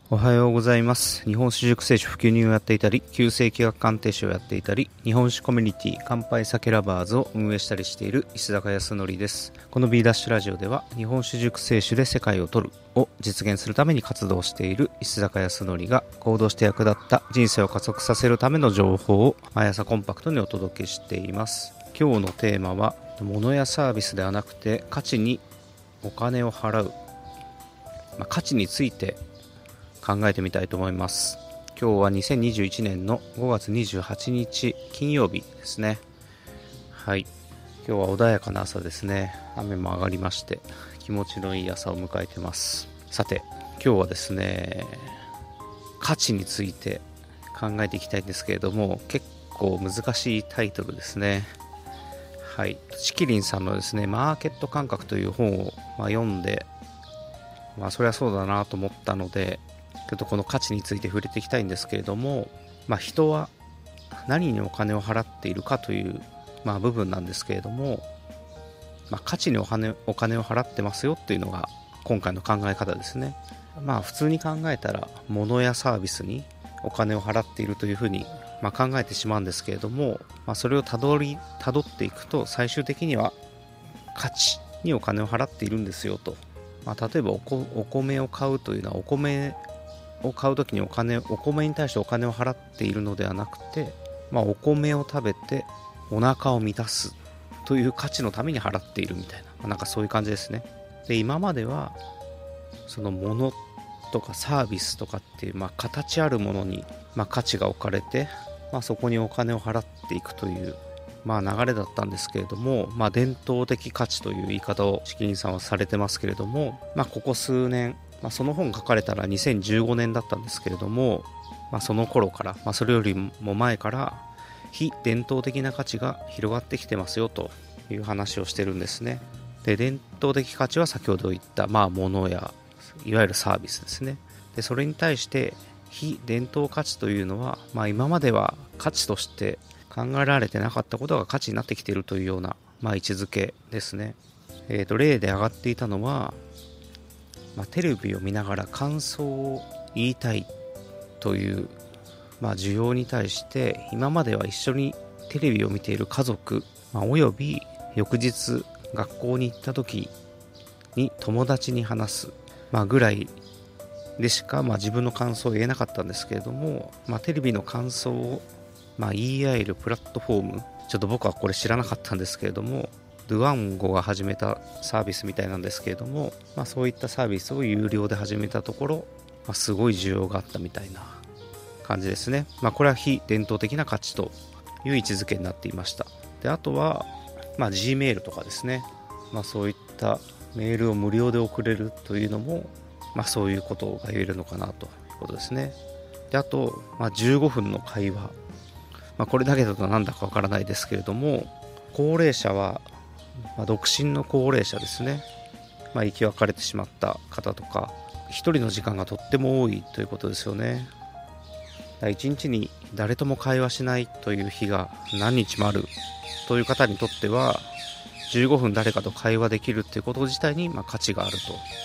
おはようございます。日本酒熟成酒普及人をやっていたり、旧世紀学鑑定士をやっていたり、日本酒コミュニティ乾杯酒ラバーズを運営したりしている石坂康則です。この B ダッシュラジオでは、日本酒熟成酒で世界を取るを実現するために活動している石坂康則が、行動して役立った人生を加速させるための情報を毎朝コンパクトにお届けしています。今日のテーマは、物やサービスではなくて価値にお金を払う、価値について考えてみたいと思います。今日は2021年の5月28日金曜日ですね。はい、今日は穏やかな朝ですね。雨も上がりまして気持ちのいい朝を迎えてます。さて、今日はですね、価値について考えていきたいんですけれども、結構難しいタイトルですね。はい、チキリンさんのですね、マーケット感覚という本を読んで、それはそうだなと思ったので、ちょっとこの価値について触れていきたいんですけれども、人は何にお金を払っているかという、部分なんですけれども、価値にお金を払ってますよっていうのが今回の考え方ですね。普通に考えたら物やサービスにお金を払っているというふうに考えてしまうんですけれども、それをたどっていくと最終的には価値にお金を払っているんですよと。例えばお米を買うというのは、お米を買うときにお米に対してお金を払っているのではなくて、お米を食べてお腹を満たすという価値のために払っているみたいな、そういう感じですね。で、今まではその物とかサービスとかっていう、形あるものに、価値が置かれて、そこにお金を払っていくという、流れだったんですけれども、伝統的価値という言い方をチキリンさんはされてますけれども、ここ数年、その本書かれたら2015年だったんですけれども、その頃から、それよりも前から非伝統的な価値が広がってきてますよという話をしてるんですね。で、伝統的価値は先ほど言った物やいわゆるサービスですね。で、それに対して非伝統価値というのは、今までは価値として考えられてなかったことが価値になってきているというような、位置づけですね。例で上がっていたのは、テレビを見ながら感想を言いたいという、需要に対して、今までは一緒にテレビを見ている家族、および翌日学校に行った時に友達に話す、ぐらいでしか、自分の感想を言えなかったんですけれども、テレビの感想を、言い合えるプラットフォーム、ちょっと僕はこれ知らなかったんですけれども、ドゥワンゴが始めたサービスみたいなんですけれども、そういったサービスを有料で始めたところ、すごい需要があったみたいな感じですね。これは非伝統的な価値という位置づけになっていました。で、あとは、Gmail とかですね、そういったメールを無料で送れるというのも、そういうことが言えるのかなということですね。で、あと、15分の会話、これだけだとなんだかわからないですけれども、高齢者は、独身の高齢者ですね、生き別れてしまった方とか、一人の時間がとっても多いということですよね。一日に誰とも会話しないという日が何日もあるという方にとっては、15分誰かと会話できるということ自体に価値がある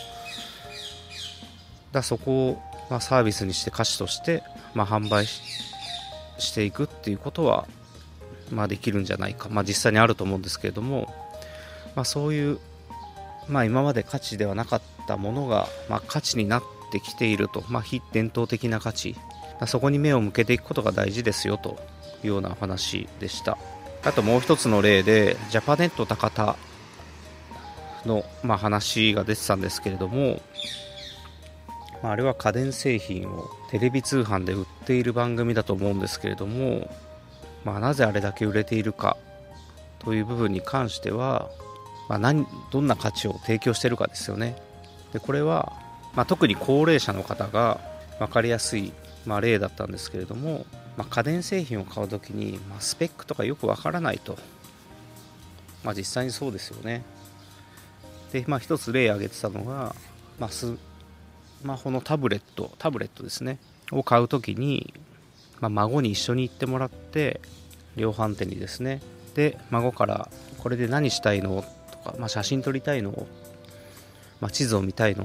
と。そこをサービスにして価値として販売していくっていうことはできるんじゃないか、実際にあると思うんですけれども、そういう、今まで価値ではなかったものが、価値になってきていると、非伝統的な価値、そこに目を向けていくことが大事ですよというようなお話でした。あともう一つの例で、ジャパネット高田の、話が出てたんですけれども、あれは家電製品をテレビ通販で売っている番組だと思うんですけれども、なぜあれだけ売れているかという部分に関しては、どんな価値を提供しているかですよね。で、これは、特に高齢者の方が分かりやすい、例だったんですけれども、家電製品を買うときに、スペックとかよく分からないと、実際にそうですよね。で、一つ例挙げてたのが、スマホのタブレットですねを買うときに、孫に一緒に行ってもらって、量販店にですね、で孫からこれで何したいのとか、写真撮りたいの、地図を見たいの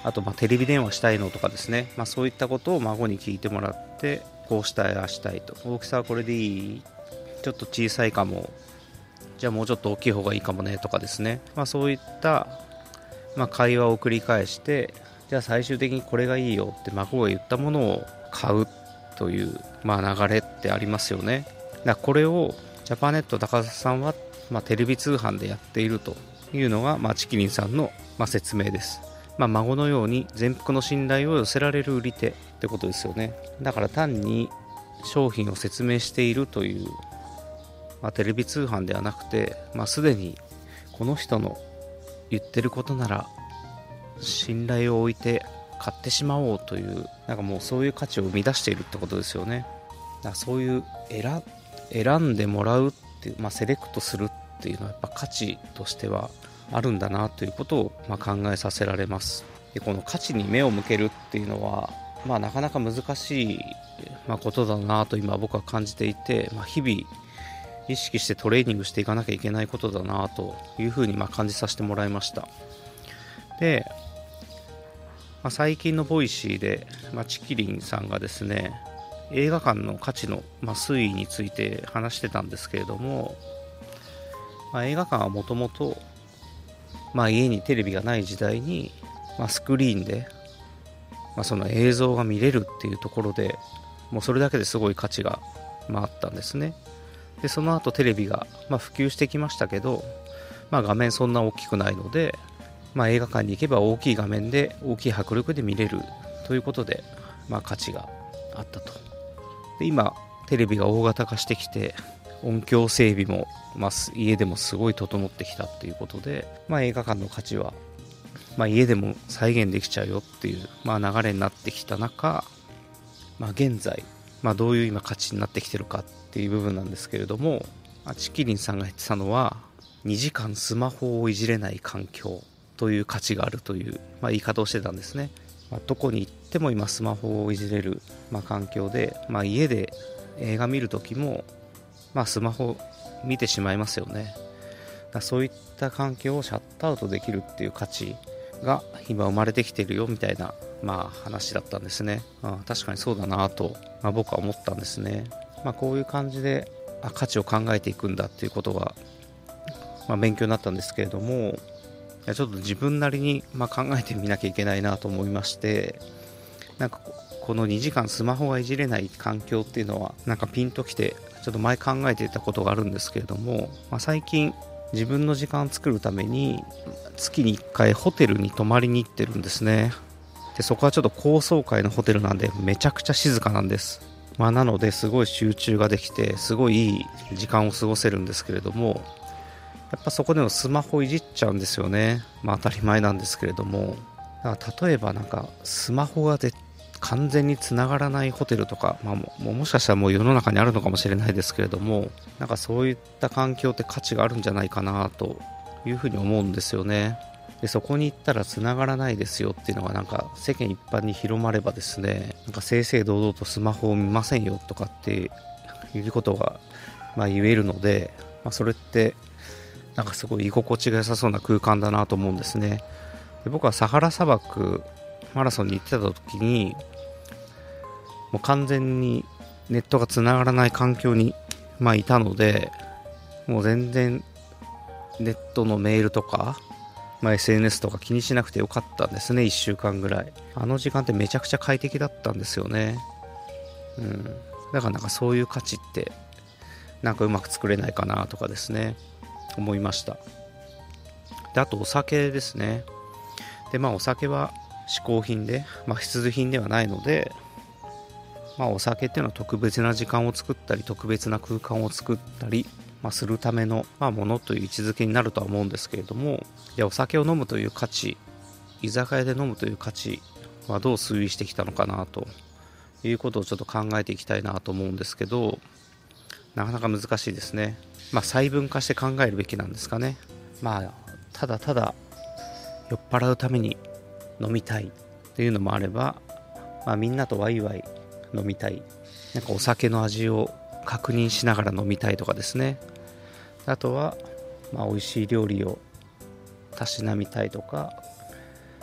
あとテレビ電話したいのとかですね、そういったことを孫に聞いてもらって、こうしたいああしたいと、大きさはこれでいい、ちょっと小さいかも、じゃあもうちょっと大きい方がいいかもねとかですね、そういった、会話を繰り返して、じゃあ最終的にこれがいいよって孫が言ったものを買うという、流れってありますよね。だからこれをジャパネット高田さんは、テレビ通販でやっているというのが、チキリンさんの、説明です。孫のように全幅の信頼を寄せられる売り手ってことですよね。だから単に商品を説明しているという、テレビ通販ではなくて、すでにこの人の言ってることなら信頼を置いて買ってしまおうという、もうそういう価値を生み出しているってことですよね。だからそういう選んでもらうっていう、セレクトするっていうのはやっぱ価値としてはあるんだなということを考えさせられます。でこの価値に目を向けるっていうのは、なかなか難しい、ことだなと今僕は感じていて、日々意識してトレーニングしていかなきゃいけないことだなというふうに感じさせてもらいました。で、最近のボイシーで、チキリンさんがですね、映画館の価値の、推移について話してたんですけれども、映画館はもともと家にテレビがない時代に、スクリーンで、その映像が見れるっていうところでもうそれだけですごい価値が、あったんですね。でその後テレビが、普及してきましたけど、画面そんな大きくないので、映画館に行けば大きい画面で大きい迫力で見れるということで、価値があったと。で今テレビが大型化してきて音響整備も、家でもすごい整ってきたっていうことで、映画館の価値は、家でも再現できちゃうよっていう、流れになってきた中、現在、どういう今価値になってきてるかっていう部分なんですけれども、チキリンさんが言ってたのは2時間スマホをいじれない環境という価値があるという、言い方をしてたんですね。どこに行っても今スマホをいじれる、環境で、家で映画見るときも、スマホ見てしまいますよね。そういった環境をシャットアウトできるっていう価値が今生まれてきてるよみたいな、話だったんですね。確かにそうだなと、僕は思ったんですね。こういう感じで価値を考えていくんだっていうことが、勉強になったんですけれども、ちょっと自分なりに、考えてみなきゃいけないなと思いまして、この2時間スマホがいじれない環境っていうのはピンときて、ちょっと前考えていたことがあるんですけれども、最近自分の時間を作るために月に1回ホテルに泊まりに行ってるんですね。でそこはちょっと高層階のホテルなんでめちゃくちゃ静かなんです。なのですごい集中ができてすごいいい時間を過ごせるんですけれども、やっぱそこでもスマホいじっちゃうんですよね。当たり前なんですけれども、例えばスマホが完全につながらないホテルとか、もしかしたらもう世の中にあるのかもしれないですけれども、そういった環境って価値があるんじゃないかなというふうに思うんですよね。でそこに行ったらつながらないですよっていうのが世間一般に広まればですね、正々堂々とスマホを見ませんよとかっていうことが言えるので、それってすごい居心地が良さそうな空間だなと思うんですね。で僕はサハラ砂漠マラソンに行ってた時にもう完全にネットがつながらない環境にいたので、もう全然ネットのメールとか、SNS とか気にしなくてよかったんですね。1週間ぐらいあの時間ってめちゃくちゃ快適だったんですよね。だからそういう価値ってうまく作れないかなとかですね思いました。であとお酒ですね。でお酒は嗜好品で、必需品ではないので、お酒っていうのは特別な時間を作ったり特別な空間を作ったり、するための、ものという位置づけになるとは思うんですけれども、じゃあお酒を飲むという価値、居酒屋で飲むという価値はどう推移してきたのかなということをちょっと考えていきたいなと思うんですけど、なかなか難しいですね。細分化して考えるべきなんですかね。ただただ酔っ払うために飲みたいっていうのもあれば、みんなとワイワイ飲みたい、お酒の味を確認しながら飲みたいとかですね。あとは、美味しい料理をたしなみたいとか、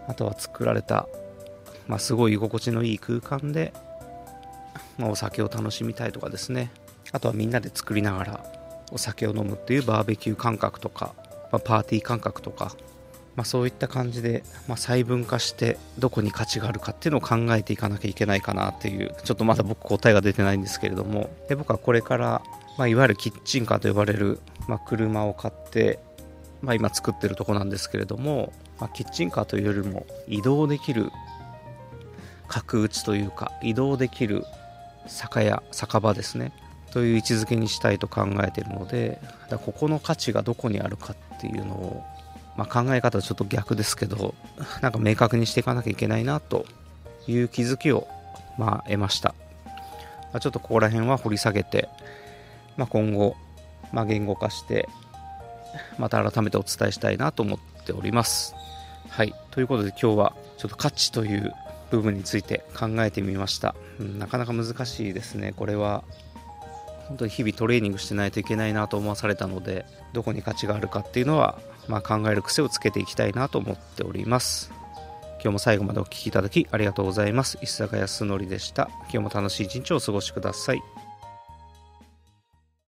あとは作られた、すごい居心地のいい空間で、お酒を楽しみたいとかですね、あとはみんなで作りながらお酒を飲むっていうバーベキュー感覚とか、パーティー感覚とか、そういった感じで、細分化してどこに価値があるかっていうのを考えていかなきゃいけないかなっていう、ちょっとまだ僕答えが出てないんですけれども、で僕はこれから、いわゆるキッチンカーと呼ばれる、車を買って、今作ってるとこなんですけれども、キッチンカーというよりも移動できる角打ちというか、移動できる酒場ですねという位置づけにしたいと考えているので、ここの価値がどこにあるかっていうのを、考え方はちょっと逆ですけど、明確にしていかなきゃいけないなという気づきを得ました。ちょっとここら辺は掘り下げて、今後、言語化してまた改めてお伝えしたいなと思っております。はい、ということで今日はちょっと価値という部分について考えてみました。なかなか難しいですね。これは本当に日々トレーニングしてないといけないなと思わされたので、どこに価値があるかっていうのは、考える癖をつけていきたいなと思っております。今日も最後までお聞きいただきありがとうございます。石坂康則でした。今日も楽しい一日をお過ごしください。